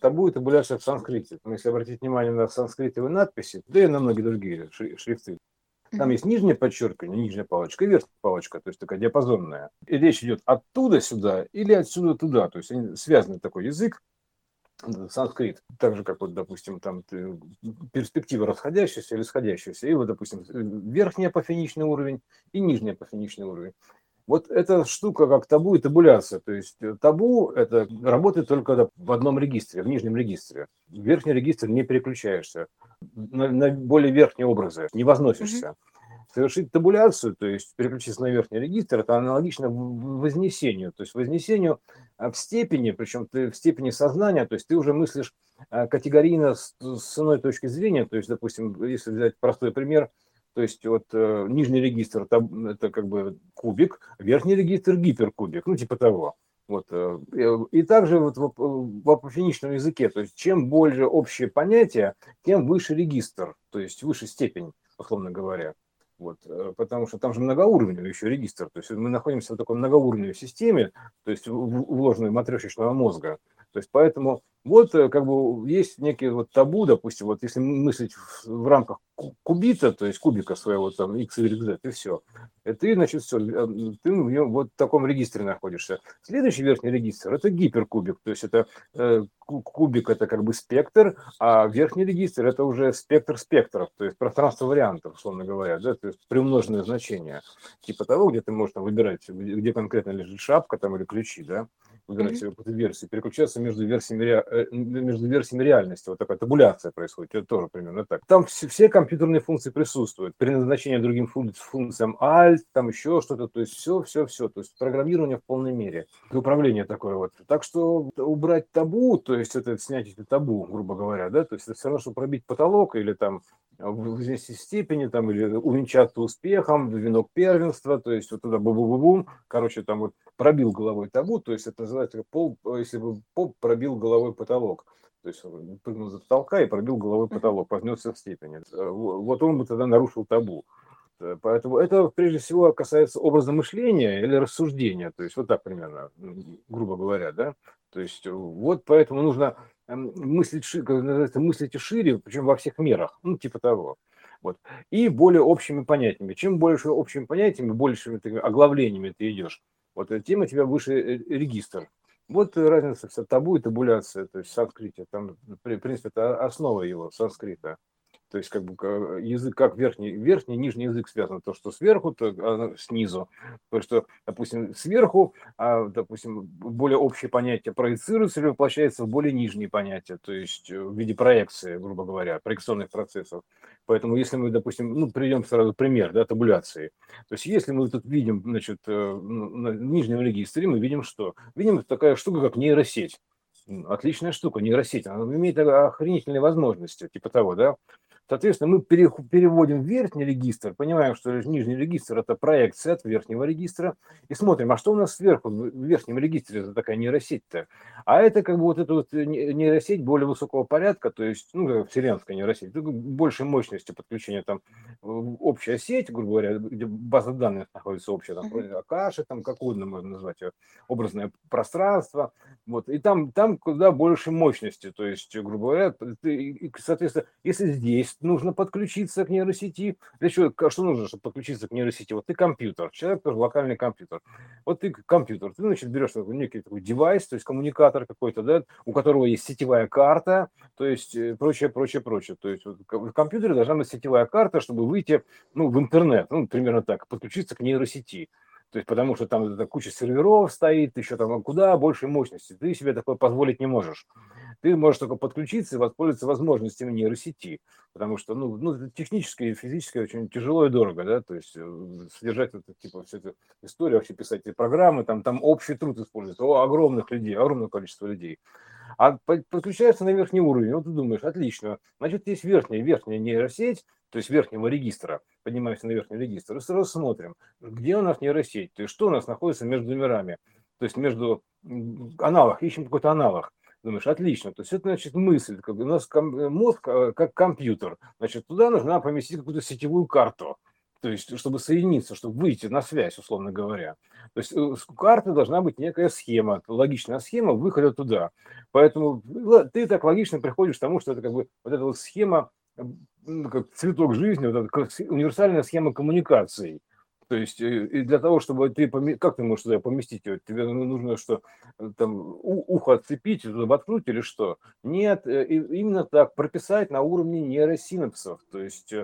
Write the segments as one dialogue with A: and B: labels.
A: табу и табуляция в санскрите. Если обратить внимание на санскритовые надписи, да и на многие другие шрифты, там
B: Мгм.
A: есть нижнее подчеркивание, нижняя палочка и верхняя палочка, то есть такая диапазонная. И речь идет оттуда сюда или отсюда туда. То есть они связаны такой язык, санскрит, так же, как вот, допустим, там перспектива расходящаяся или сходящаяся, и вот, допустим, верхний апофеничный уровень и нижний апофеничный уровень. Вот эта штука как табу и табуляция. То есть табу это работает только в одном регистре, в нижнем регистре. В верхний регистр не переключаешься. На более верхние образы не
B: Мгм.
A: возносишься. Совершить табуляцию, то есть переключиться на верхний регистр, это аналогично вознесению. То есть вознесению в степени, причем ты в степени сознания, то есть ты уже мыслишь категорийно с иной точки зрения. То есть, допустим, если взять простой пример, то есть вот нижний регистр это как бы кубик, верхний регистр гиперкубик, ну типа того. Вот. И также вот в апофеничном языке, то есть чем больше общее понятие, тем выше регистр, то есть выше степень, условно говоря. Вот, потому что там же многоуровневый еще регистр. То есть мы находимся в такой многоуровневой системе, то есть вложенной матрешечного мозга. То есть поэтому вот как бы есть некий вот табу, допустим, вот если мыслить в рамках кубита, то есть кубика своего там x, y, z, и все. И ты, значит, все, ты вот в таком регистре находишься. Следующий верхний регистр – это гиперкубик, то есть это кубик – это как бы спектр, а верхний регистр – это уже спектр спектров, то есть пространство вариантов, условно говоря, да, то есть приумноженное значение, типа того, где ты можешь там выбирать, где конкретно лежит шапка там или ключи, да, выбирать
B: Мгм.
A: себе какую-то версию, переключаться между версиями реальности. Вот такая табуляция происходит, это тоже примерно так. Там все компьютерные функции присутствуют, переназначение другим функциям alt, там еще что-то, то есть все, то есть программирование в полной мере, и управление такое вот. Так что убрать табу, то есть это снять это табу, грубо говоря, да, то есть это все равно, что пробить потолок или там вознести степени там или увенчаться успехом, венок первенства, то есть вот туда бу-бу-бу-бум, короче, там вот пробил головой табу, то есть это называется пол, если бы поп пробил головой потолок. То есть он прыгнул за потолка и пробил головой
B: Мгм.
A: потолок, вознесся в степени. Вот он бы тогда нарушил табу. Поэтому это прежде всего касается образа мышления или рассуждения, то есть вот так примерно, грубо говоря, да. То есть вот поэтому нужно мыслить, как называется, мыслить шире, причем во всех мерах, ну типа того. Вот. И более общими понятиями. Чем больше общими понятиями, большими оглавлениями ты идешь, вот тем у тебя выше регистр. Вот разница в табу и табуляция, то есть в санскрите. Там, в принципе, это основа его, санскрита. То есть как бы язык как верхний, нижний язык связан. То, что сверху, то снизу. То, что, допустим, сверху, допустим, более общее понятие проецируется или воплощается в более нижние понятия, то есть в виде проекции, грубо говоря, проекционных процессов. Поэтому если мы, допустим, ну, приведем сразу пример, да, табуляции. То есть если мы тут видим, значит, на нижнем регистре, мы видим что? Видим такая штука, как нейросеть. Отличная штука, нейросеть. Она имеет охренительные возможности, типа того, да. Соответственно, мы переводим в верхний регистр, понимаем, что нижний регистр – это проекция от верхнего регистра, и смотрим, а что у нас сверху, в верхнем регистре, это такая нейросеть-то. А это как бы вот эта вот нейросеть более высокого порядка, то есть, ну, вселенская нейросеть, большей мощности подключения, там, общая сеть, грубо говоря, где база данных находится общая, там,
B: Мгм.
A: Акаши, там, как угодно можно назвать ее, образное пространство, вот, и там куда больше мощности, то есть, грубо говоря, соответственно, если здесь нужно подключиться к нейросети, для чего, что нужно, чтобы подключиться к нейросети? Вот ты компьютер, человек тоже локальный компьютер. Вот ты компьютер, ты, значит, берешь некий такой девайс, то есть коммуникатор какой-то, да, у которого есть сетевая карта, то есть прочее, прочее, прочее. То есть вот в компьютере должна быть сетевая карта, чтобы выйти, ну, в интернет, ну, примерно так, подключиться к нейросети. То есть потому что там куча серверов стоит, еще там куда больше мощности. Ты себе такое позволить не можешь. Ты можешь только подключиться и воспользоваться возможностями нейросети, потому что, ну это технически и физически очень тяжело и дорого, да, то есть содержать это, типа, всю эту историю, вообще писать эти программы, там общий труд используется, огромных людей, огромное количество людей. А подключается на верхний уровень, вот ты думаешь, отлично, значит, есть верхняя нейросеть, то есть верхнего регистра, поднимаемся на верхний регистр, и сразу смотрим, где у нас нейросеть, то есть что у нас находится между мирами, то есть между аналог, ищем какой-то аналог. Думаешь, отлично. То есть это, значит, мысль. Как у нас мозг как компьютер. Значит, туда нужно поместить какую-то сетевую карту. то есть чтобы соединиться, чтобы выйти на связь, условно говоря. То есть у карты должна быть некая схема, логичная схема выхода туда. Поэтому ты так логично приходишь к тому, что это как бы вот эта вот схема, как цветок жизни, вот эта универсальная схема коммуникаций. То есть и для того, чтобы ты, как ты можешь туда поместить ее? Тебе нужно что, там ухо отцепить, воткнуть или что? Нет, именно так, прописать на уровне нейросинапсов. То есть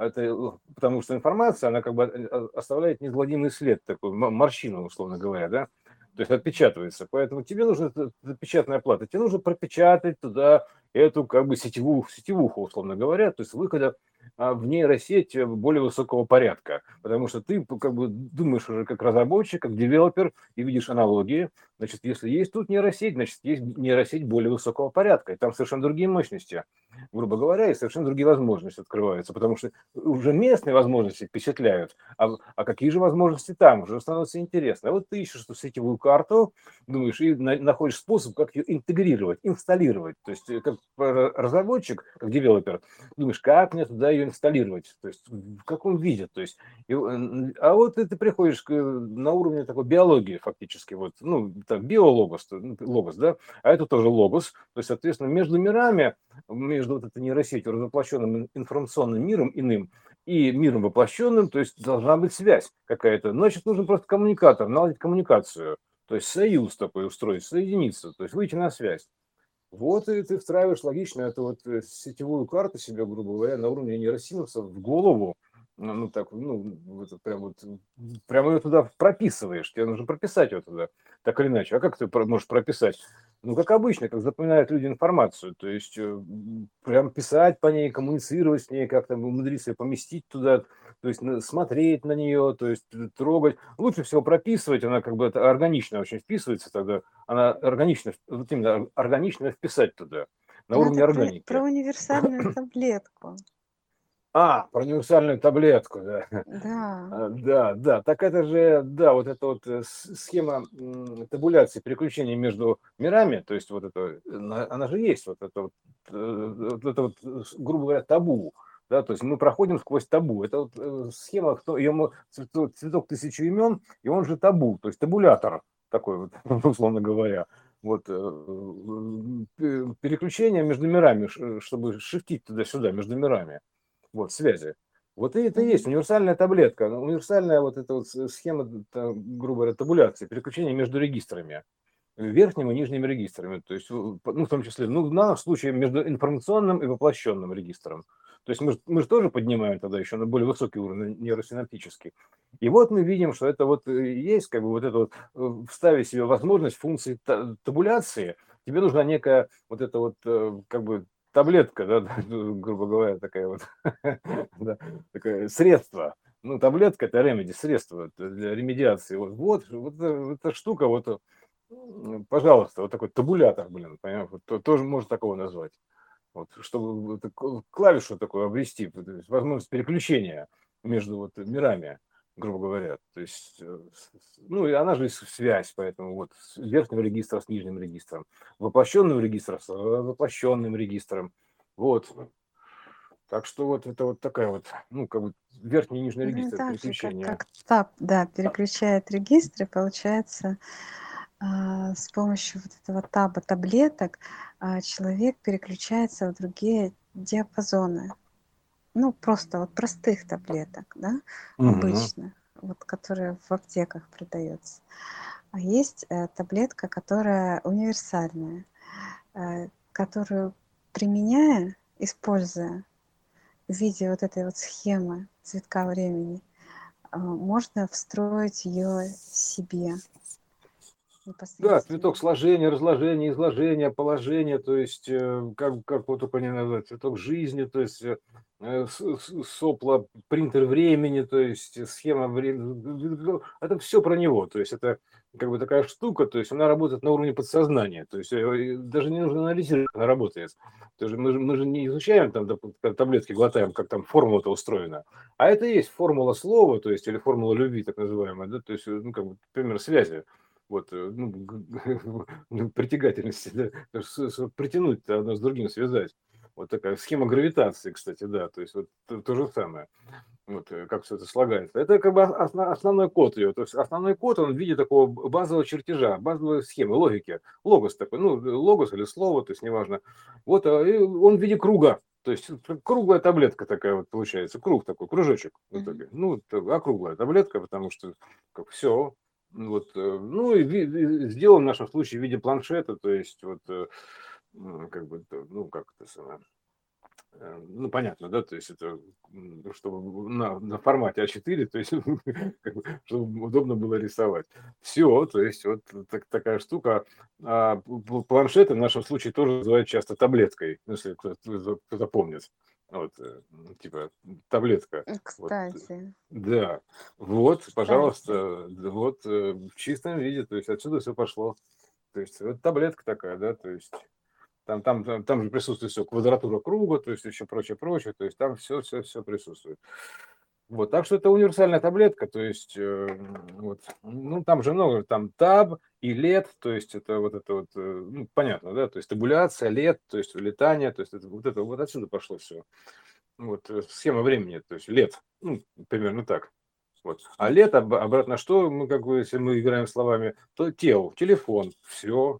A: потому что информация, она как бы оставляет неизгладимый след, такой морщину, условно говоря, да? То есть отпечатывается. Поэтому тебе нужна печатная плата. Тебе нужно пропечатать туда эту как бы сетевуху, условно говоря, то есть выхода в нейросеть более высокого порядка. Потому что ты как бы думаешь уже как разработчик, как девелопер и видишь аналогии. Значит, если есть тут нейросеть, значит, есть нейросеть более высокого порядка. И там совершенно другие мощности, грубо говоря, и совершенно другие возможности открываются. Потому что уже местные возможности впечатляют. А какие же возможности там? Уже становится интересно. А вот ты ищешь эту сетевую карту, думаешь, и находишь способ, как ее интегрировать, инсталлировать. То есть как разработчик, как девелопер, думаешь, как мне туда ее инсталлировать, то есть в каком виде, то есть, а вот ты приходишь на уровне такой биологии фактически, вот, ну, так, биологос, логос, да, а это тоже логос, то есть, соответственно, между мирами, между вот этой нейросетью, развоплощенным информационным миром иным и миром воплощенным, то есть должна быть связь какая-то, значит, нужен просто коммуникатор, наладить коммуникацию, то есть союз такой устроить, соединиться, то есть выйти на связь. Вот и ты встраиваешь логично эту вот сетевую карту себе, грубо говоря, на уровне нейросинапсов в голову, ну так, ну, это прям вот, прямо ее туда прописываешь, тебе нужно прописать ее туда, так или иначе. А как ты можешь прописать? Ну, как обычно, как запоминают люди информацию, то есть прям писать по ней, коммуницировать с ней, как-то умудриться ее поместить туда, то есть смотреть на нее, то есть трогать. Лучше всего прописывать, она как бы это органично очень вписывается тогда, она органично, вот именно органично вписать туда, на
B: Ну,
A: уровне
B: это про
A: органики.
B: универсальную таблетку.
A: Про универсальную таблетку, да.
B: Да.
A: Да, да, так это же, да, вот эта вот схема табуляции, переключения между мирами, то есть вот это, она же есть, вот это вот, грубо говоря, табу, да, то есть мы проходим сквозь табу. Это вот схема, ее цветок тысячи имен, и он же табу, то есть табулятор такой вот, условно говоря. Вот переключение между мирами, чтобы шифтить туда-сюда между мирами, вот связи. Вот и это и есть
B: Мгм.
A: универсальная таблетка, универсальная вот эта вот схема, грубо говоря, табуляции, переключения между регистрами, верхним и нижним регистрами, то есть, ну, в том числе, ну, в данном случае между информационным и воплощенным регистром. То есть мы же тоже поднимаем тогда еще на более высокий уровень нейросинаптический. И вот мы видим, что это вот есть, как бы вот это вот, вставить себе возможность функции табуляции, тебе нужна некая вот эта вот, как бы, таблетка, да, грубо говоря, такая вот, да, такое средство. Ну, таблетка – это ремеди, средство для ремедиации. Вот эта штука, вот, пожалуйста, вот такой табулятор, блин, понимаешь, вот тоже можно такого назвать. Вот, чтобы клавишу такую обвести, то есть возможность переключения между вот мирами, грубо говоря. То есть, ну, и она же связь, поэтому вот с верхнего регистра с нижним регистром, воплощенного регистра с воплощенным регистром. Вот. Так что вот это вот такая вот, ну, как бы верхний и нижний
B: Ну,
A: регистр
B: так же,
A: переключения.
B: как ТАП, да, переключает регистры, получается, с помощью вот этого таба таблеток человек переключается в другие диапазоны. Ну, просто вот простых таблеток, да,
A: Мгм.
B: обычных, вот, которые в аптеках продаются. А есть таблетка, которая универсальная, которую применяя, используя в виде вот этой вот схемы цветка времени, можно встроить ее себе
A: Да, цветок
B: непосредственно.
A: сложения, разложения, изложения, положения, то есть, как вот только не назвать, цветок жизни, то есть, сопла, принтер времени, то есть, схема времени, это все про него, то есть, это как бы такая штука, то есть, она работает на уровне подсознания, то есть, даже не нужно анализировать, как она работает. То есть, мы же не изучаем, там, таблетки глотаем, как там формула-то устроена, а это и есть формула слова, то есть, или формула любви, так называемая, да, то есть, ну, как бы, пример связи. Вот, ну, притягательности, да, притянуть одно с другим, связать. Вот такая схема гравитации, кстати, да, то есть вот то же самое. Вот как все это слагается. Это как бы основной код ее. То есть основной код, он в виде такого базового чертежа, базовой схемы, логики. Логос такой, ну, логос или слово, то есть неважно. Вот, и он в виде круга. То есть круглая таблетка такая вот получается. Круг такой, кружочек в итоге. Ну, округлая таблетка, потому что все. Вот, ну, и сделан в нашем случае в виде планшета, то есть вот как бы, ну, как это самое. Ну, понятно, да, то есть это, чтобы на формате А4, то есть, как бы, чтобы удобно было рисовать. Все, то есть вот такая штука. Планшеты в нашем случае тоже называют часто таблеткой, ну, если кто-то помнит. Вот, типа таблетка. Вот,
B: Кстати,
A: да, вот,
B: кстати.
A: пожалуйста, вот в чистом виде, то есть отсюда все пошло. То есть вот таблетка такая, да, то есть там же присутствует все, квадратура круга, то есть еще прочее, прочее, то есть там все присутствует. Вот, так что это универсальная таблетка, то есть, вот, ну, там же много, там таб и лет, то есть это вот, ну, понятно, да, то есть табуляция, лет, то есть летание, то есть это вот отсюда пошло все. Вот, схема времени, то есть лет, ну, примерно так. Вот. А лет обратно что, мы как бы, если мы играем словами, то тел, телефон, все,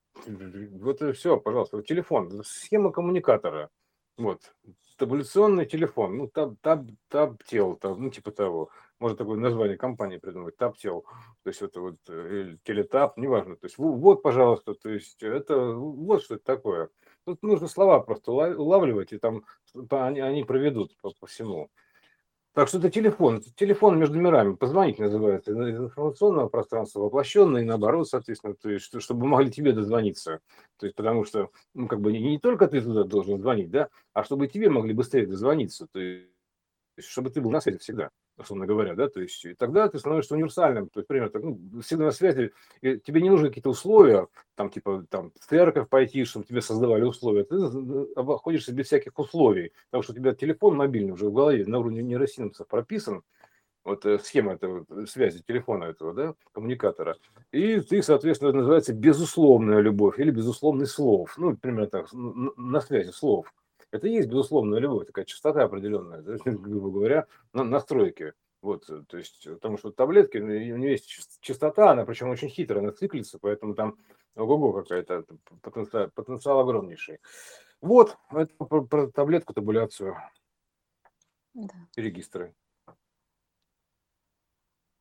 A: вот и все, пожалуйста, вот телефон, схема коммуникатора. Вот. Табуляционный телефон, ну, табтел, ну, типа того. Можно такое название компании придумать, табтел. То есть это вот или телетап, неважно. То есть вот, пожалуйста, то есть это вот что это такое. Тут нужно слова просто улавливать, и там они проведут по всему. Так что это телефон между мирами, позвонить называется, из информационного пространства воплощенный, и наоборот, соответственно, то есть, чтобы могли тебе дозвониться. То есть, потому что, ну, как бы не только ты туда должен звонить, да, а чтобы тебе могли быстрее дозвониться. То есть, чтобы ты был на связи всегда, условно говоря, да, то есть и тогда ты становишься универсальным, то есть, примерно, так, ну, всегда на связи, и тебе не нужны какие-то условия, там, типа, там, в церковь пойти, чтобы тебе создавали условия, ты обходишься без всяких условий, потому что у тебя телефон мобильный уже в голове на уровне нейросинапсов прописан, вот схема этого связи телефона этого, да, коммуникатора, и ты, соответственно, это называется безусловная любовь или безусловный слов, ну, примерно так, на связи слов. Это и есть безусловная любовь, такая частота определенная, да, грубо говоря, настройки. Вот, то есть, потому что таблетки, у нее есть частота, она причем очень хитрая, она циклится, поэтому там ого-го какая-то потенциал огромнейший. Вот, это про таблетку, табуляцию
B: Да.
A: и регистры.